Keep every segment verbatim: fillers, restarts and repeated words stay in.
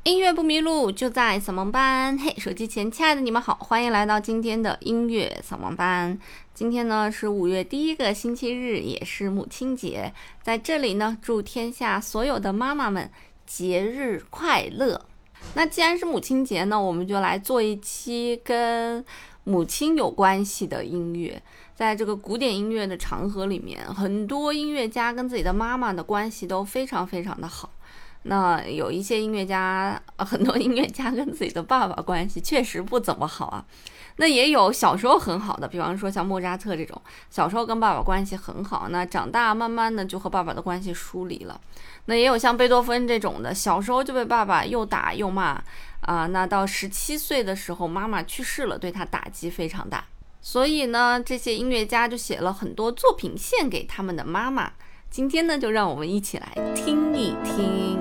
音乐不迷路，就在扫盲班。嘿，手机前亲爱的你们好，欢迎来到今天的音乐扫盲班。今天呢是五月第一个星期日，也是母亲节，在这里呢祝天下所有的妈妈们节日快乐。那既然是母亲节呢，我们就来做一期跟母亲有关系的音乐。在这个古典音乐的长河里面，很多音乐家跟自己的妈妈的关系都非常非常的好。那有一些音乐家，很多音乐家跟自己的爸爸关系确实不怎么好啊。那也有小时候很好的，比方说像莫扎特这种，小时候跟爸爸关系很好，那长大慢慢的就和爸爸的关系疏离了。那也有像贝多芬这种的，小时候就被爸爸又打又骂啊、呃，那到十七岁的时候妈妈去世了，对他打击非常大。所以呢，这些音乐家就写了很多作品献给他们的妈妈。今天呢，就让我们一起来听一听。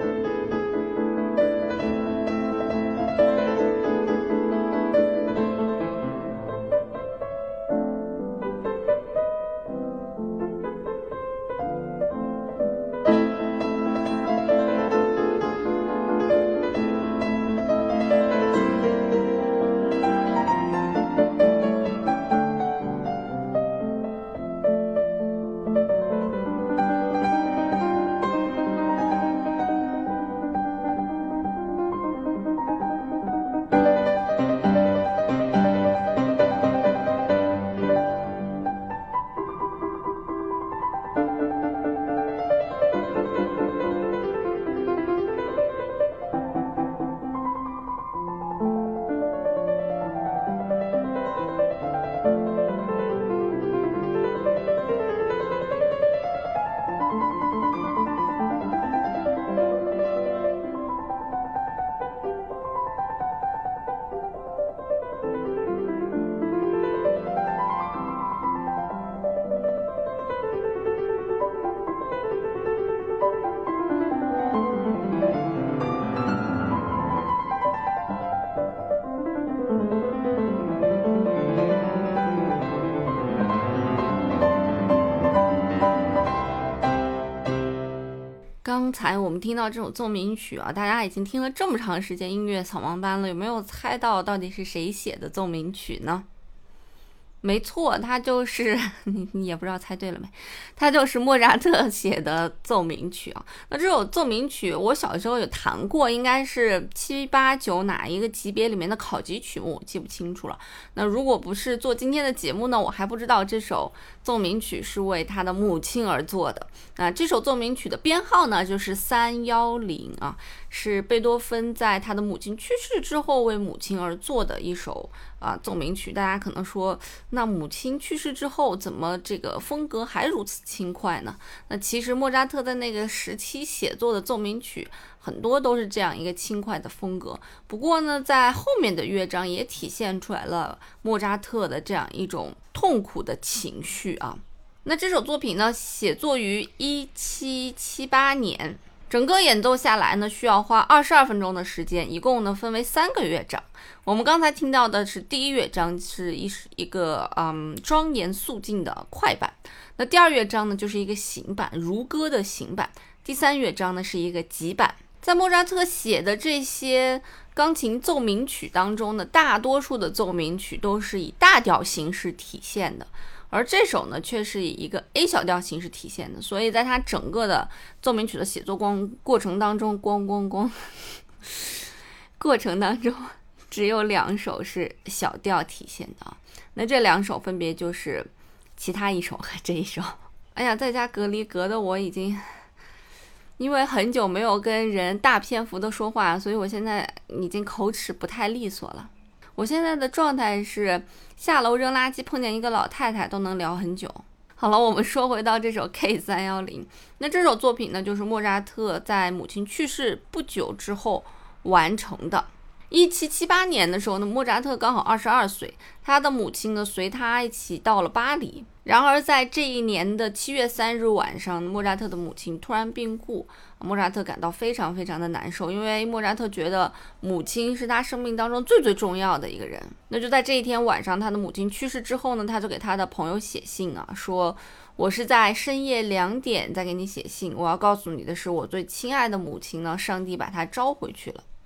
刚才我们听到这首奏鸣曲啊，大家已经听了这么长时间音乐扫盲班了，有没有猜到到底是谁写的奏鸣曲呢？没错，他就是你你也不知道猜对了没，他就是莫扎特写的奏鸣曲啊。那这首奏鸣曲我小时候有弹过，应该是七八九哪一个级别里面的考级曲目，我记不清楚了。那如果不是做今天的节目呢，我还不知道这首奏鸣曲是为他的母亲而做的。那这首奏鸣曲的编号呢就是三一零啊，是贝多芬在他的母亲去世之后为母亲而做的一首啊奏鸣曲。大家可能说，那母亲去世之后怎么这个风格还如此轻快呢？那其实莫扎特在那个时期写作的奏鸣曲很多都是这样一个轻快的风格。不过呢，在后面的乐章也体现出来了莫扎特的这样一种痛苦的情绪啊。那这首作品呢，写作于一七七八年。整个演奏下来呢，需要花二十二分钟的时间，一共呢分为三个乐章。我们刚才听到的是第一乐章，是一一个嗯庄严肃静的快板。那第二乐章呢，就是一个行板，如歌的行板。第三乐章呢，是一个急板。在莫扎特写的这些钢琴奏鸣曲当中呢，大多数的奏鸣曲都是以大调形式体现的。而这首呢，却是以一个 A 小调形式体现的，所以在它整个的奏鸣曲的写作光过程当中，咣咣咣，过程当中只有两首是小调体现的啊。那这两首分别就是其他一首和这一首。哎呀，在家隔离隔的我已经，因为很久没有跟人大篇幅的说话，所以我现在已经口齿不太利索了。我现在的状态是下楼扔垃圾碰见一个老太太都能聊很久。好了，我们说回到这首 K 三一零。那这首作品呢，就是莫扎特在母亲去世不久之后完成的。一七七八年的时候呢，莫扎特刚好二十二岁，他的母亲呢随他一起到了巴黎。然而在这一年的七月三日晚上，莫扎特的母亲突然病故，莫扎特感到非常非常的难受，因为莫扎特觉得母亲是他生命当中最最重要的一个人。那就在这一天晚上，他的母亲去世之后呢，他就给他的朋友写信啊，说我是在深夜两点在给你写信，我要告诉你的是，我最亲爱的母亲呢，上帝把她召回去了。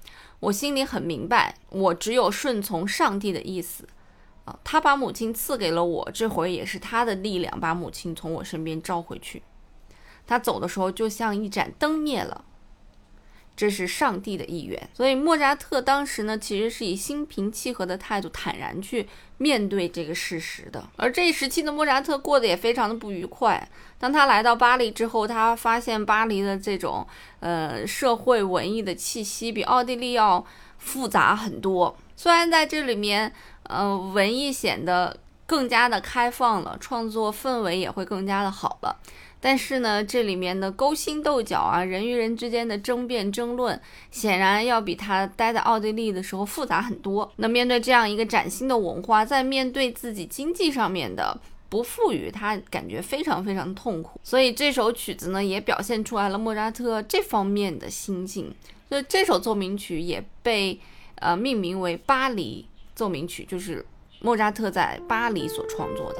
我心里很明白，我只有顺从上帝的意思啊，他把母亲赐给了我，这回也是他的力量把母亲从我身边召回去。他走的时候就像一盏灯灭了，这是上帝的意愿。所以莫扎特当时呢，其实是以心平气和的态度坦然去面对这个事实的。而这一时期的莫扎特过得也非常的不愉快。当他来到巴黎之后，他发现巴黎的这种呃社会文艺的气息比奥地利要复杂很多。虽然在这里面呃文艺显得更加的开放了，创作氛围也会更加的好了，但是呢，这里面的勾心斗角啊，人与人之间的争辩争论，显然要比他待在奥地利的时候复杂很多。那面对这样一个崭新的文化，在面对自己经济上面的不富裕，他感觉非常非常痛苦。所以这首曲子呢，也表现出来了莫扎特这方面的心境。所以这首奏鸣曲也被呃命名为巴黎奏鸣曲，就是莫扎特在巴黎所创作的。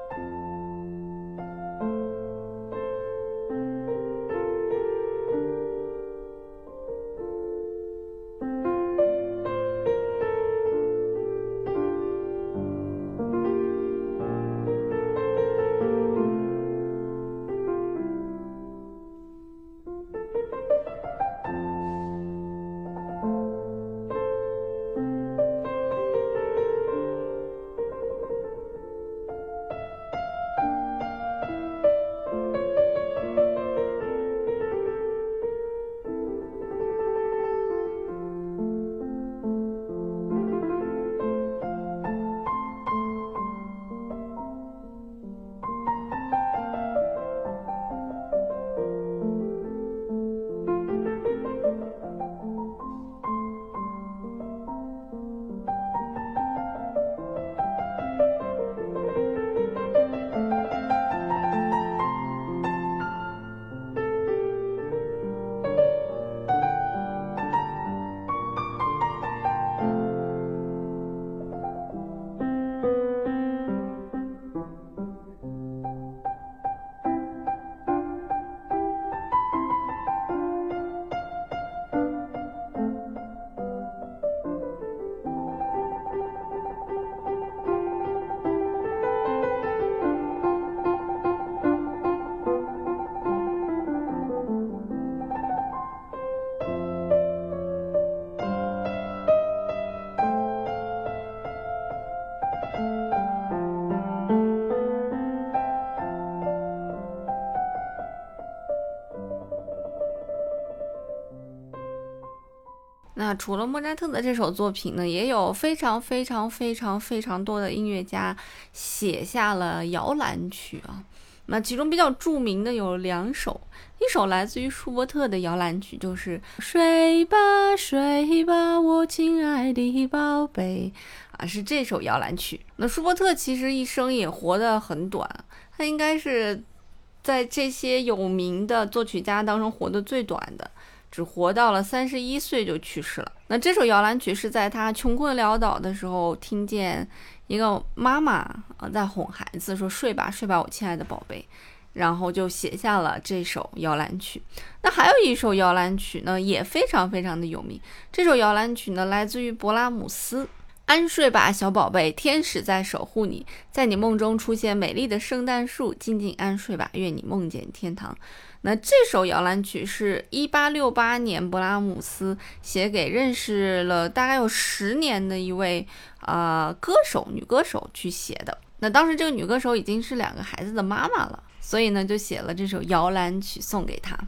那除了莫扎特的这首作品呢，也有非常非常非常非常多的音乐家写下了摇篮曲啊。那其中比较著名的有两首，一首来自于舒伯特的摇篮曲，就是睡吧睡吧我亲爱的宝贝啊，是这首摇篮曲。那舒伯特其实一生也活得很短，他应该是在这些有名的作曲家当中活得最短的，只活到了三十一岁就去世了。那这首摇篮曲是在他穷困潦倒的时候，听见一个妈妈在哄孩子说睡吧睡吧我亲爱的宝贝，然后就写下了这首摇篮曲。那还有一首摇篮曲呢，也非常非常的有名。这首摇篮曲呢，来自于勃拉姆斯。安睡吧小宝贝，天使在守护你，在你梦中出现美丽的圣诞树，静静安睡吧，愿你梦见天堂。那这首摇篮曲是一八六八年勃拉姆斯写给认识了大概有十年的一位呃歌手女歌手去写的。那当时这个女歌手已经是两个孩子的妈妈了，所以呢就写了这首摇篮曲送给她。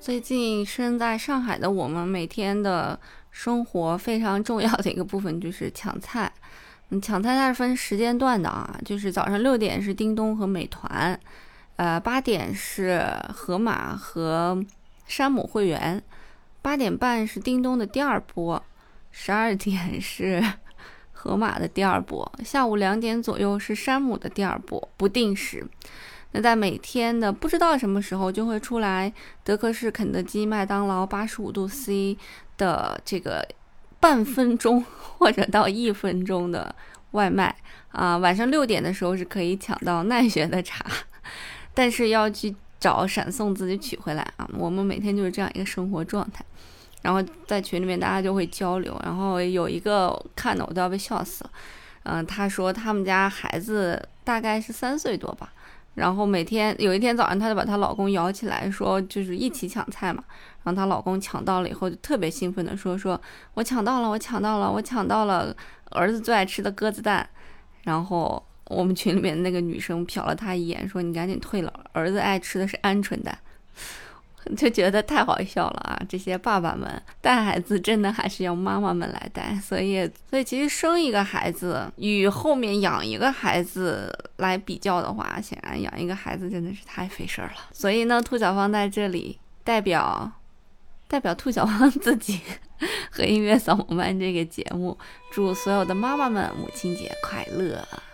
最近身在上海的我们，每天的生活非常重要的一个部分就是抢菜。嗯，抢菜它是分时间段的啊，就是早上六点是叮咚和美团，呃，八点是盒马和山姆会员，八点半是叮咚的第二波，十二点是盒马的第二波，下午两点左右是山姆的第二波，不定时。那在每天的不知道什么时候就会出来德克士、肯德基、麦当劳八十五度 C 的这个半分钟或者到一分钟的外卖啊、呃，晚上六点的时候是可以抢到奈雪的茶，但是要去找闪送自己取回来啊。我们每天就是这样一个生活状态，然后在群里面大家就会交流，然后有一个看的我都要被笑死了，嗯、呃，他说他们家孩子大概是三岁多吧。然后每天有一天早上，她就把她老公摇起来，说就是一起抢菜嘛。然后她老公抢到了以后，就特别兴奋的说：“说我抢到了，我抢到了，我抢到了儿子最爱吃的鸽子蛋。”然后我们群里面那个女生瞟了他一眼，说：“你赶紧退了，儿子爱吃的是鹌鹑蛋。”就觉得太好笑了啊！这些爸爸们带孩子真的还是要妈妈们来带，所以所以其实生一个孩子与后面养一个孩子来比较的话，显然养一个孩子真的是太费事儿了。所以呢，兔小芳在这里代表代表兔小芳自己和音乐扫盲班这个节目，祝所有的妈妈们母亲节快乐。